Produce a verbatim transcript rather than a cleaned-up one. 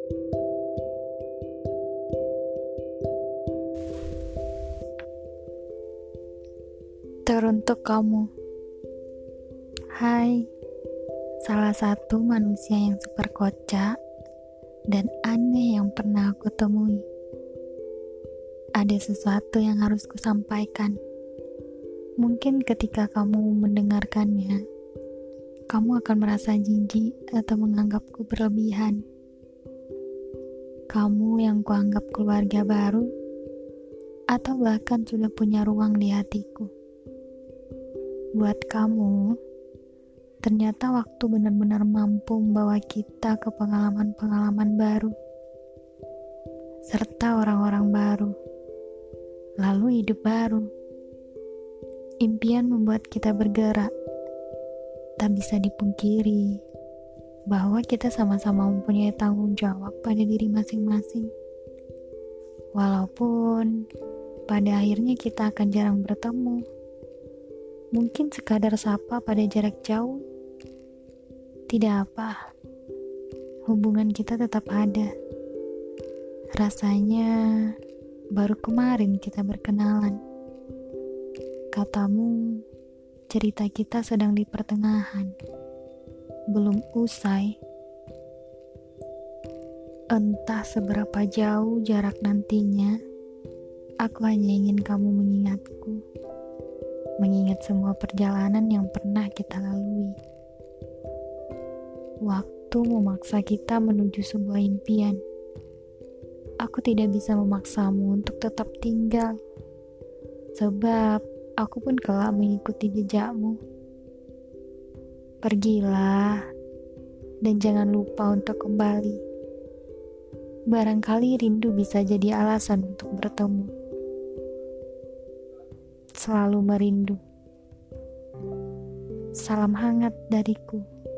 Teruntuk kamu. Hai, salah satu manusia yang super kocak dan aneh yang pernah aku temui. Ada sesuatu yang harus kusampaikan. Mungkin ketika kamu mendengarkannya, kamu akan merasa jijik atau menganggapku berlebihan. Kamu yang kuanggap keluarga baru, atau bahkan sudah punya ruang di hatiku. Buat kamu, ternyata waktu benar-benar mampu membawa kita ke pengalaman-pengalaman baru, serta orang-orang baru, lalu hidup baru. Impian membuat kita bergerak. Tak bisa dipungkiri bahwa kita sama-sama mempunyai tanggung jawab pada diri masing-masing. Walaupun pada akhirnya kita akan jarang bertemu. Mungkin sekadar sapa pada jarak jauh. Tidak apa, hubungan kita tetap ada. Rasanya baru kemarin kita berkenalan. Katamu, cerita kita sedang di pertengahan, belum usai. Entah seberapa jauh jarak nantinya, aku hanya ingin kamu mengingatku. Mengingat semua perjalanan yang pernah kita lalui. Waktu memaksa kita menuju sebuah impian. Aku tidak bisa memaksamu untuk tetap tinggal, sebab aku pun kelak mengikuti jejakmu. Pergilah, dan jangan lupa untuk kembali. Barangkali rindu bisa jadi alasan untuk bertemu. Selalu merindu. Salam hangat dariku.